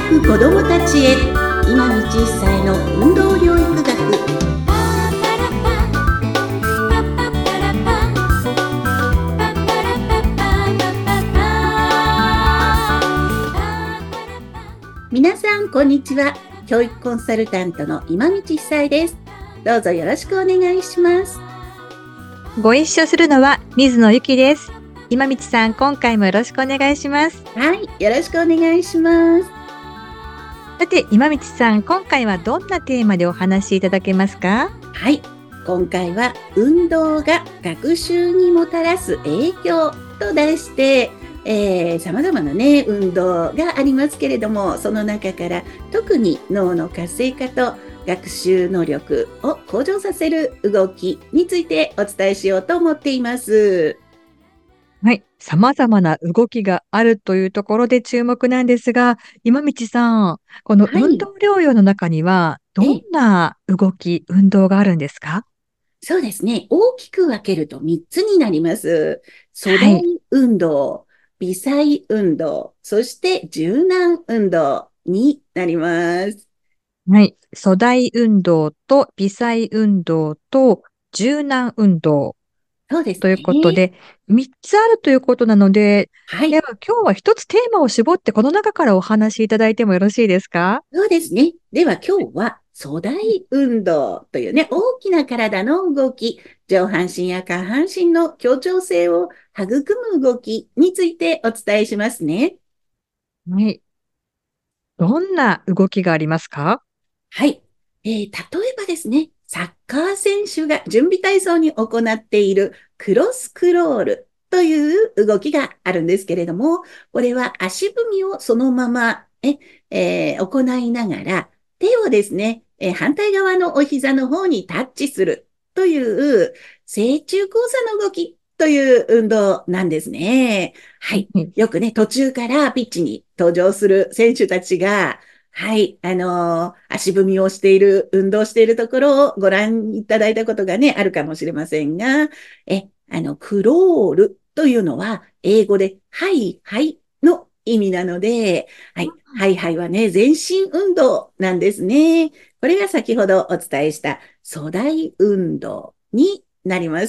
く子どもたちへ、今道一歳の運動療育学。皆さんこんにちは。教育コンサルタントの今道一歳です。どうぞよろしくお願いします。 ご一緒するのは水野ゆきです。今道さん、今回もよろしくお願いします。 はい、よろしくお願いします。 さて、今道さん、今回はどんなテーマでお話しいただけますか？ はい、今回は運動が学習にもたらす影響と題して、様々なね、運動がありますけれども、その中から特に脳の活性化と学習能力を向上させる動きについてお伝えしようと思っています。 はい、様々な動きがあるというところで注目なんですが、今道さん、このはい、 運動療養の中にはどんな動き、運動があるんですか？ そうですね。大きく分けると3つになります。粗大はい。 運動、微細運動、そして柔軟運動になります。 はい。粗大運動と微細運動と柔軟運動そうですということね。 で、3つあるということなので、 はい。 では今日は1つテーマを絞ってこの中からお話しいただいてもよろしいですか？ そうですね。では今日は粗大運動というね、大きな体の動き、上半身や下半身の協調性を育む動きについてお伝えしますね。 はい。どんな動きがありますか？ はい。例えばですね、サッカー選手が準備体操に行っているクロスクロールという動きがあるんですけれども、これは足踏みをそのまま、行いながら、手をですね、反対側のお膝の方にタッチするという正中交差の動きという運動なんですね。はい。 うん。 よくね、途中からピッチに登場する選手たちが、はい。足踏みをしている、運動しているところをご覧いただいたことがね、あるかもしれませんが、クロールというのは、英語で、はい、はいの意味なので、はい、はい、はいはね、全身運動なんですね。これが先ほどお伝えした粗大運動になります。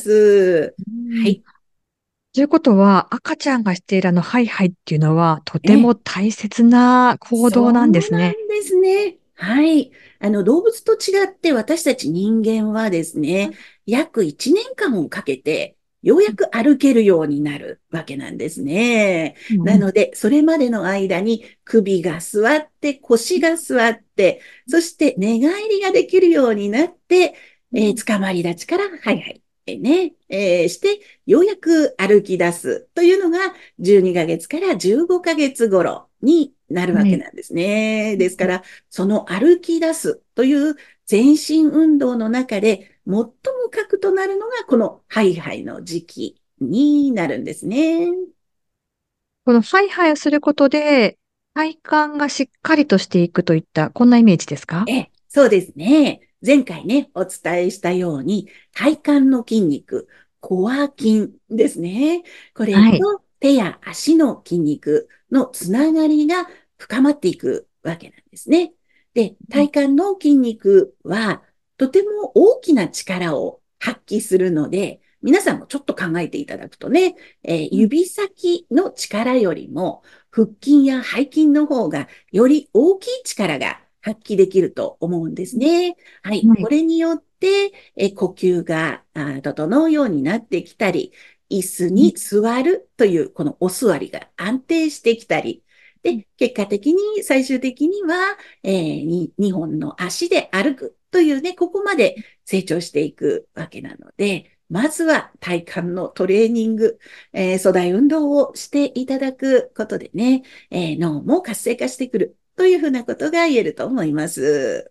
はい。 ということは、赤ちゃんがしているハイハイっていうのは、とてえも大切な行動なんでそうすね。 なんですね。はい。動物と違って私たち人間はですね、約1年間をかけて、ようやく歩けるようになるわけなんですね。 うんうん。 なので、それまでの間に首が座って、腰が座って、そして寝返りができるようになって、捕まり立ちから、はいはい。して、ようやく歩き出すというのが12ヶ月から15ヶ月頃になるわはい。 けなんですね。ですから、その歩き出すという全身運動の中で最も核となるのがこのハイハイの時期になるんですね。 このハイハイをすることで、体幹がしっかりとしていくといった、こんなイメージですか？ そうですね。前回ね、お伝えしたように体幹の筋肉、コア筋ですね。これはい。 と手や足の筋肉のつながりが深まっていくわけなんですね。で、体幹の筋肉はとても大きな力を発揮するので、皆さんもちょっと考えていただくとね、 うん。 指先の力よりも腹筋や背筋の方がより大きい力が発揮できると思うんですね。はい。 はい。 これによって、呼吸が整うようになってきたり、椅子に座るというこのお座りが安定してきたり、で、結果的に最終的には、2本の足で歩くというね、ここまで成長していくわけなので、まずは体幹のトレーニング、粗大運動をしていただくことでね、脳も活性化してくるというふうなことが言えると思います。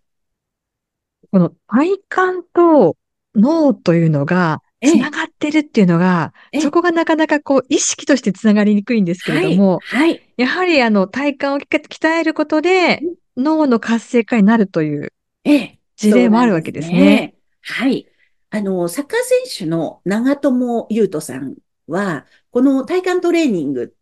この体幹と脳というのがええ、 つながってるっていうのが、 ええ、 そこがなかなか意識としてつながりにくいんですけれはい、 ども、 はい。 やはり体幹を鍛えることで脳の活性化になるというええ、 事そう例もあるわけなんですですね。 ね。はい。サッカー選手の長友佑都さんは、この体幹トレーニング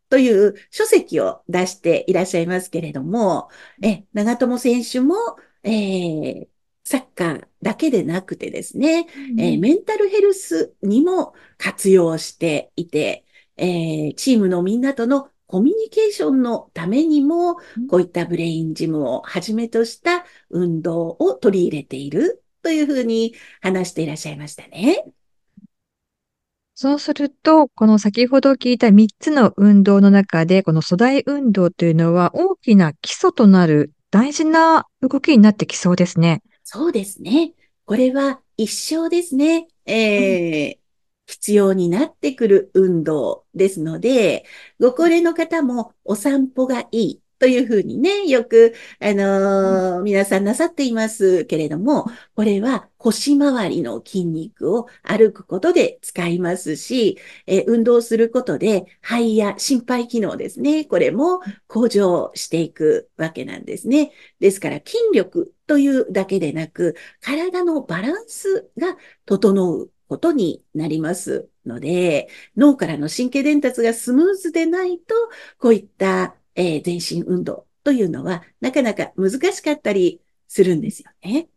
という書籍を出していらっしゃいますけれども、長友選手も、サッカーだけでなくてですね、メンタルヘルスにも活用していて、チームのみんなとのコミュニケーションのためにも、こういったブレインジムをはじめとした運動を取り入れているというふうに話していらっしゃいましたね。 そうすると、この先ほど聞いた3つの運動の中で、この粗大運動というのは大きな基礎となる大事な動きになってきそうですね。 そうですね。これは一生ですね。 うん。 必要になってくる運動ですので、ご高齢の方もお散歩がいいというふうにね、よく、皆さんなさっていますけれども、これは腰回りの筋肉を歩くことで使いますし、運動することで肺や心肺機能ですね、これも向上していくわけなんですね。ですから筋力というだけでなく、体のバランスが整うことになりますので、脳からの神経伝達がスムーズでないと、こういった、全身運動というのはなかなか難しかったりするんですよね。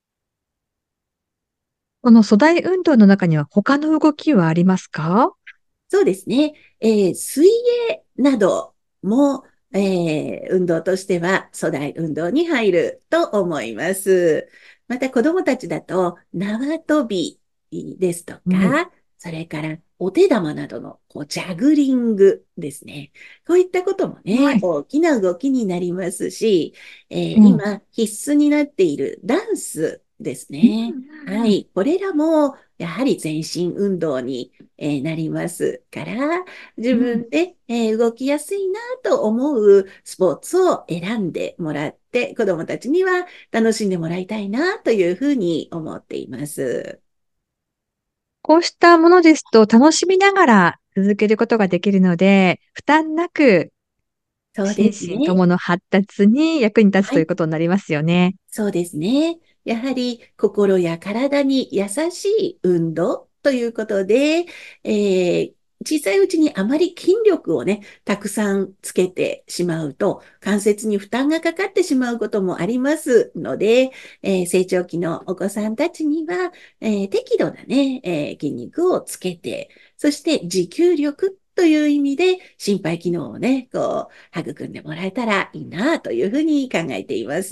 この粗大運動の中には他の動きはありますか？ そうですね。水泳なども、運動としては粗大運動に入ると思います。また子供たちだと縄跳びですとはい。 か、それからお手玉などのジャグリングですね。こういったこともね、 はい。 大きな動きになりますし、 うん。 今必須になっているダンスですうんね。 うんうん。 はい。これらもやはり全身運動になりますから、自うん。 分で、動きやすいなと思うスポーツを選んでもらって、子どもたちには楽しんでもらいたいなというふうに思っています。 こうしたものですと楽しみながら続けることができるので、負担なくそう心ですね。 身ともの発達に役に立つはい。 ということになりますよね。 そうですね。やはり心や体に優しい運動ということで、小さいうちにあまり筋力をね、たくさんつけてしまうと、関節に負担がかかってしまうこともありますので、成長期のお子さんたちには、適度なね、筋肉をつけて、そして持久力という意味で心肺機能をね、育んでもらえたらいいなというふうに考えています。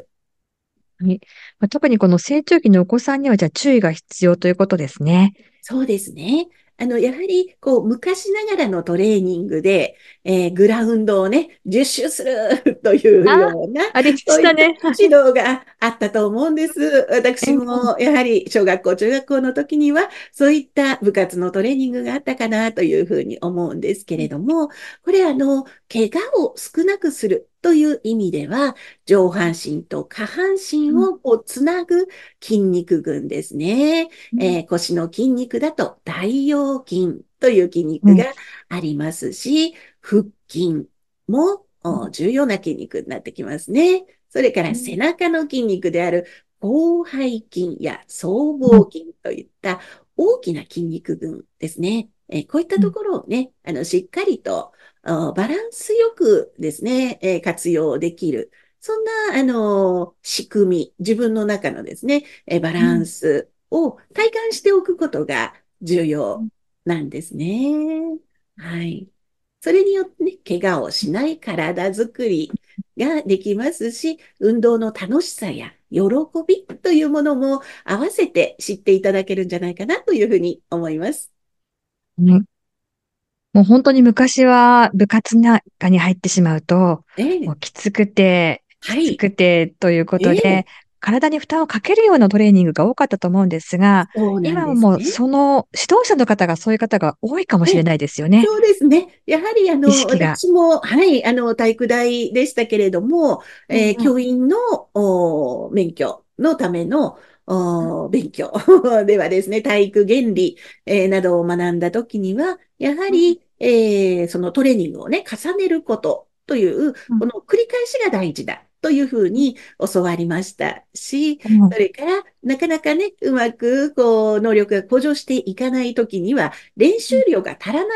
はい。特にこの成長期のお子さんには、じゃあ注意が必要ということですね。 そうですね。やはり、昔ながらのトレーニングで、グラウンドをね、10周するというあ、 ような、 ありまそういったしたね。はい。 指導があったと思うんです。 ええ、 私も、やはり、小学校、中学校の時には、そういった部活のトレーニングがあったかなというふうに思うんですけれども、これ、怪我を少なくするという意味では、上半身と下半身うん、 をつなぐ筋肉群ですね。 うん、 腰の筋肉だと大腰筋という筋うん、 肉がありますし、腹筋も重要な筋肉になってきますね。それから背中の筋肉である広背筋や僧うん、 帽筋といった大きな筋肉群ですね。こういったとうん、 ころをね、しっかりとバランスよくですね、活用できる。そんな、仕組み、自分の中のですね、バランうん、 スを体感しておくことが重要なんですね。はい。それによってね、怪我をしない体づくりができますし、運動の楽しさや喜びというものも合わせて知っていただけるんじゃないかなというふうに思います。 うん。もう本当に昔は部活なんかに入ってしまうと、 ええ、 もうきつはい。 くてということで、 ええ、 体に負担をかけるようなトレーニングが多かったと思うんですが、 そうなん今はもうですね。 その指導者の方がそういう方が多いかもしれえないですよね。 そうですね。やはり、 意識が。 私も、はい、体育大でしたけれども、 うんうん。 教員の免許のための勉強ではですね、体育原理、などを学んだときには、やはうん、 り、そのトレーニングをね、重ねることという、 うん、 この繰り返しが大事だというふうに教わりましたし、 うん、 それから、なかなかね、うまく、能力が向上していかないときには、練習量が足らない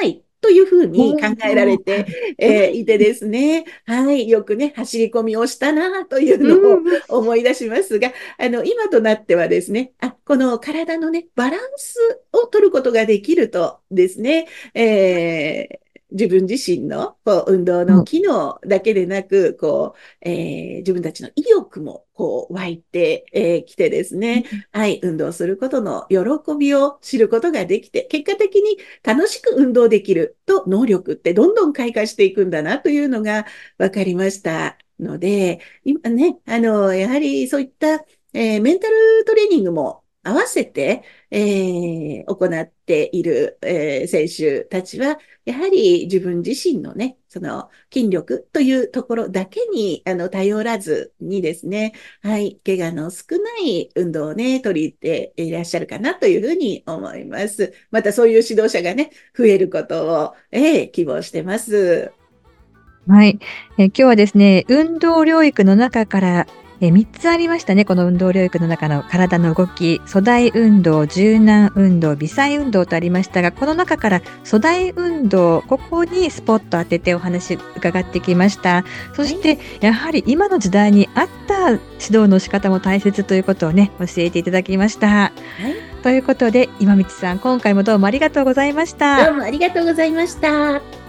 というふうに考えられて、 はい。 いてですね。はい。よくね、走り込みをしたなといううのをんうん。 思い出しますが、今となってはですね、この体のね、バランスを取ることができるとですね、自分自身の運動の機能だけでなく、自分たちの意欲も湧いてきてですね、はい、運動することの喜びを知ることができて、結果的に楽しく運動できると能力ってどんどん開花していくんだなというのが分かりましたので、今ね、やはりそういった、メンタルトレーニングも合わせて、行っている、選手たちは、やはり自分自身のね、その筋力というところだけに頼らずにですね、はい、怪我の少ない運動をね、取り入れていらっしゃるかなというふうに思います。またそういう指導者がね、増えることを、希望してます。 はい。今日はですね、運動療育の中から、3つありましたね。この運動療育の中の体の動き、粗大運動、柔軟運動、微細運動とありましたが、この中から粗大運動、ここにスポット当ててお話伺ってきました。そはい。 して、やはり今の時代に合った指導の仕方も大切ということをね、教えていただきました。 はい。 ということで、今道さん、今回もどうもありがとうございました。 どうもありがとうございました。